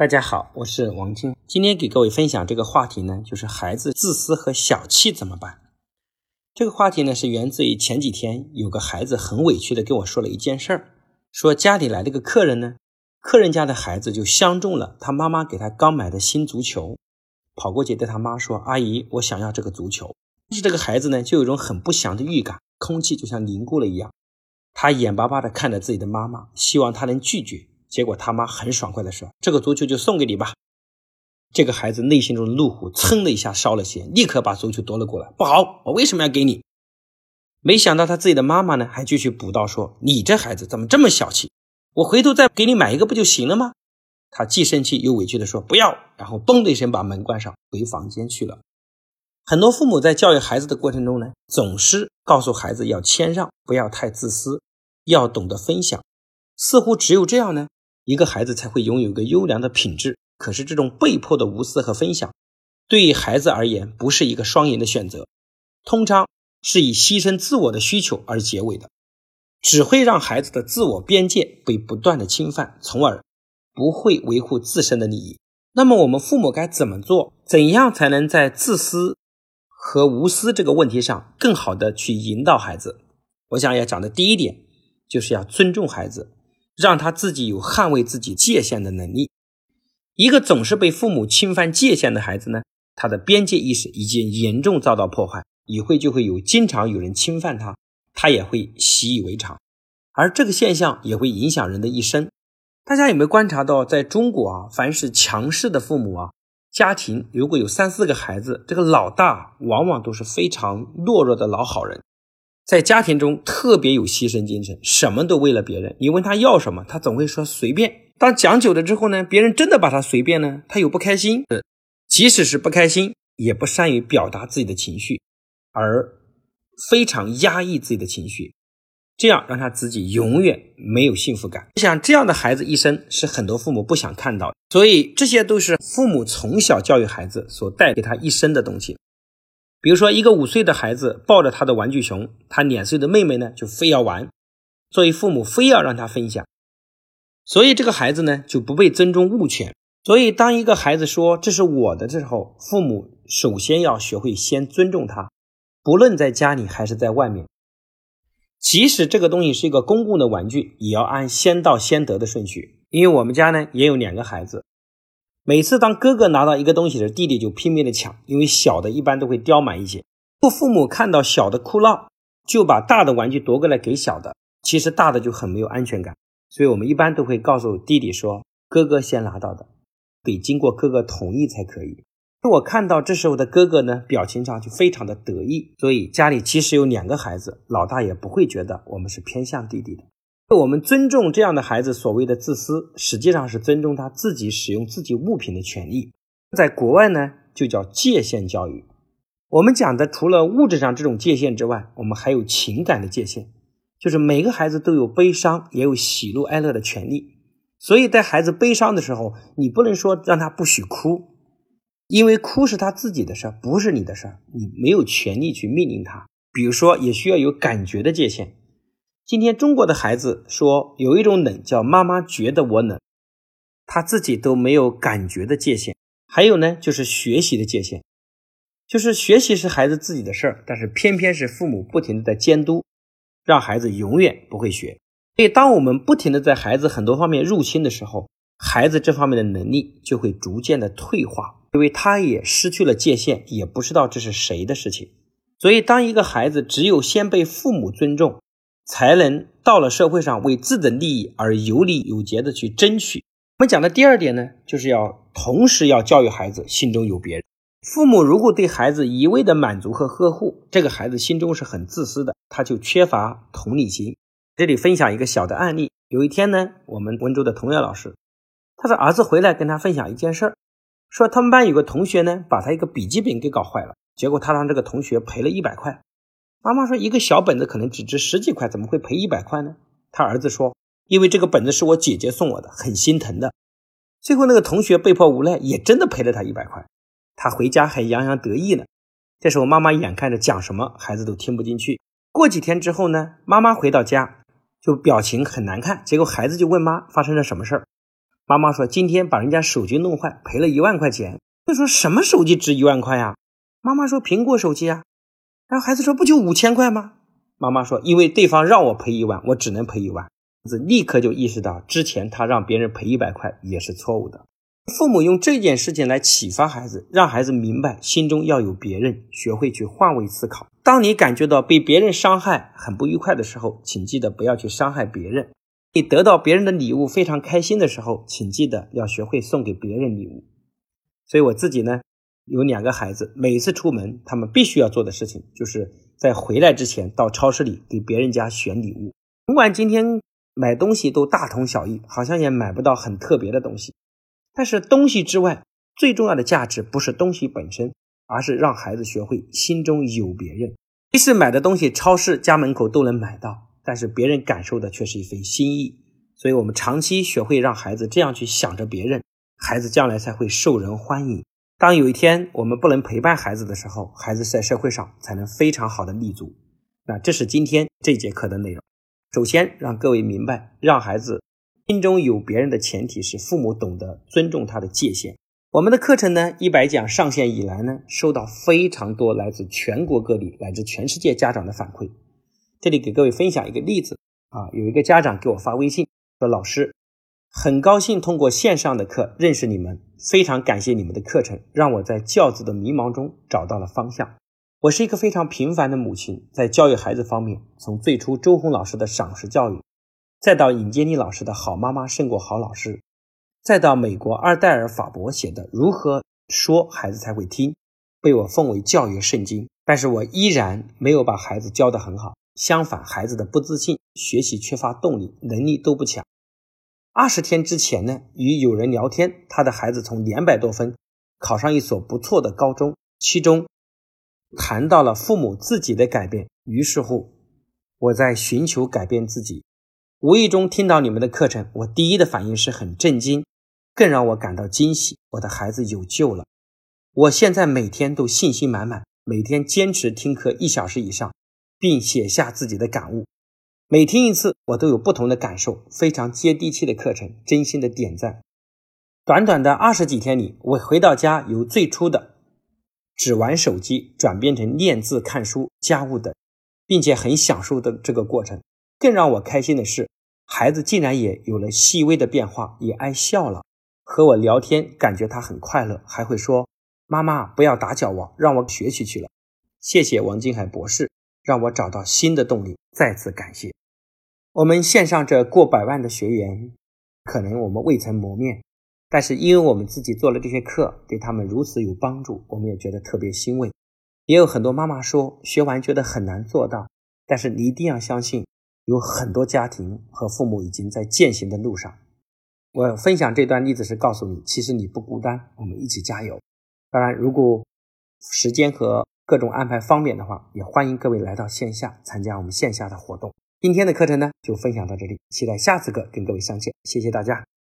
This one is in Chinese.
大家好，我是王晶。今天给各位分享这个话题呢，就是孩子自私和小气怎么办。这个话题呢，是源自于前几天有个孩子很委屈的跟我说了一件事儿，说家里来了个客人呢，客人家的孩子就相中了他妈妈给他刚买的新足球，跑过去对他妈说，阿姨，我想要这个足球。但是这个孩子呢，就有一种很不祥的预感，空气就像凝固了一样，他眼巴巴地看着自己的妈妈，希望他能拒绝。结果他妈很爽快地说，这个足球就送给你吧。这个孩子内心中的怒火噌的一下烧了起来，立刻把足球夺了过来，不好，我为什么要给你？没想到他自己的妈妈呢，还继续补刀说，你这孩子怎么这么小气，我回头再给你买一个不就行了吗？他既生气又委屈地说不要，然后嘣的一声把门关上，回房间去了。很多父母在教育孩子的过程中呢，总是告诉孩子要谦让，不要太自私，要懂得分享，似乎只有这样呢，一个孩子才会拥有一个优良的品质。可是这种被迫的无私和分享，对于孩子而言不是一个双赢的选择，通常是以牺牲自我的需求而结尾的，只会让孩子的自我边界被不断的侵犯，从而不会维护自身的利益。那么我们父母该怎么做？怎样才能在自私和无私这个问题上更好的去引导孩子？我想要讲的第一点，就是要尊重孩子，让他自己有捍卫自己界限的能力。一个总是被父母侵犯界限的孩子呢，他的边界意识已经严重遭到破坏，以后就会经常有人侵犯他，他也会习以为常，而这个现象也会影响人的一生。大家有没有观察到，在中国凡是强势的父母家庭如果有3-4个孩子，这个老大往往都是非常懦弱的老好人，在家庭中特别有牺牲精神，什么都为了别人，你问他要什么，他总会说随便。当讲久了之后呢，别人真的把他随便呢，他又不开心，即使是不开心也不善于表达自己的情绪，而非常压抑自己的情绪，这样让他自己永远没有幸福感。我想这样的孩子一生是很多父母不想看到的，所以这些都是父母从小教育孩子所带给他一生的东西。比如说一个5岁的孩子抱着他的玩具熊，他2岁的妹妹呢就非要玩，作为父母非要让他分享，所以这个孩子呢就不被尊重物权。所以当一个孩子说这是我的时候，父母首先要学会先尊重他，不论在家里还是在外面，即使这个东西是一个公共的玩具，也要按先到先得的顺序。因为我们家呢也有2个孩子，每次当哥哥拿到一个东西时，弟弟就拼命的抢，因为小的一般都会刁蛮一些。父母看到小的哭闹，就把大的玩具夺过来给小的，其实大的就很没有安全感，所以我们一般都会告诉弟弟说，哥哥先拿到的，得经过哥哥同意才可以。我看到这时候的哥哥呢，表情上就非常的得意，所以家里即使有2个孩子，老大也不会觉得我们是偏向弟弟的。我们尊重这样的孩子所谓的自私，实际上是尊重他自己使用自己物品的权利。在国外呢，就叫界限教育。我们讲的除了物质上这种界限之外，我们还有情感的界限，就是每个孩子都有悲伤也有喜怒哀乐的权利。所以在孩子悲伤的时候，你不能说让他不许哭，因为哭是他自己的事，不是你的事，你没有权利去命令他。比如说也需要有感觉的界限。今天中国的孩子说有一种冷叫妈妈觉得我冷，他自己都没有感觉的界限。还有呢，就是学习的界限，就是学习是孩子自己的事儿，但是偏偏是父母不停地在监督，让孩子永远不会学。所以当我们不停地在孩子很多方面入侵的时候，孩子这方面的能力就会逐渐的退化，因为他也失去了界限，也不知道这是谁的事情。所以当一个孩子只有先被父母尊重，才能到了社会上为自己的利益而有理有节的去争取。我们讲的第2点呢，就是同时要教育孩子心中有别人。父母如果对孩子一味的满足和呵护，这个孩子心中是很自私的，他就缺乏同理心。这里分享一个小的案例。有一天呢，我们温州的童谣老师，他的儿子回来跟他分享一件事儿，说他们班有个同学呢，把他一个笔记本给搞坏了，结果他让这个同学赔了100块。妈妈说一个小本子可能只值10几块，怎么会赔100块呢？他儿子说，因为这个本子是我姐姐送我的，很心疼的。最后那个同学被迫无奈，也真的赔了他100块。他回家还洋洋得意呢。这时候妈妈眼看着讲什么孩子都听不进去。过几天之后呢，妈妈回到家就表情很难看，结果孩子就问妈发生了什么事儿。 妈妈说今天把人家手机弄坏，赔了1万块钱。就说什么手机值1万块呀？妈妈说苹果手机啊。然后孩子说不就5000块吗？妈妈说因为对方让我赔1万，我只能赔1万。孩子立刻就意识到之前他让别人赔100块也是错误的。父母用这件事情来启发孩子，让孩子明白心中要有别人，学会去换位思考。当你感觉到被别人伤害很不愉快的时候，请记得不要去伤害别人。你得到别人的礼物非常开心的时候，请记得要学会送给别人礼物。所以我自己呢有2个孩子，每次出门他们必须要做的事情就是在回来之前到超市里给别人家选礼物。尽管今天买东西都大同小异，好像也买不到很特别的东西，但是东西之外最重要的价值不是东西本身，而是让孩子学会心中有别人。即使买的东西超市家门口都能买到，但是别人感受的却是一份心意。所以我们长期学会让孩子这样去想着别人，孩子将来才会受人欢迎。当有一天我们不能陪伴孩子的时候，孩子在社会上才能非常好的立足。那这是今天这节课的内容。首先让各位明白，让孩子心中有别人的前提是父母懂得尊重他的界限。我们的课程呢100讲上线以来呢，收到非常多来自全国各地乃至全世界家长的反馈。这里给各位分享一个例子有一个家长给我发微信说，老师很高兴通过线上的课认识你们，非常感谢你们的课程，让我在教子的迷茫中找到了方向。我是一个非常平凡的母亲，在教育孩子方面，从最初周红老师的赏识教育，再到尹建莉老师的好妈妈胜过好老师，再到美国阿黛尔·法伯写的如何说孩子才会听，被我奉为教育圣经。但是我依然没有把孩子教得很好，相反孩子的不自信、学习缺乏动力、能力都不强。20天之前呢，与有人聊天，他的孩子从200多分考上一所不错的高中，其中谈到了父母自己的改变。于是乎我在寻求改变自己，无意中听到你们的课程，我第一的反应是很震惊，更让我感到惊喜，我的孩子有救了。我现在每天都信心满满，每天坚持听课1小时以上，并写下自己的感悟。每听一次我都有不同的感受，非常接地气的课程，真心的点赞。短短的20几天里，我回到家由最初的只玩手机转变成练字、看书、家务等，并且很享受的这个过程。更让我开心的是，孩子竟然也有了细微的变化，也爱笑了，和我聊天感觉他很快乐，还会说妈妈不要打搅我，让我学习去了。谢谢王金海博士，让我找到新的动力，再次感谢。我们线上这过百万的学员，可能我们未曾谋面，但是因为我们自己做了这些课，对他们如此有帮助，我们也觉得特别欣慰。也有很多妈妈说学完觉得很难做到，但是你一定要相信，有很多家庭和父母已经在践行的路上。我分享这段例子是告诉你，其实你不孤单，我们一起加油。当然如果时间和各种安排方便的话，也欢迎各位来到线下参加我们线下的活动。今天的课程呢就分享到这里，期待下次课跟各位相见，谢谢大家。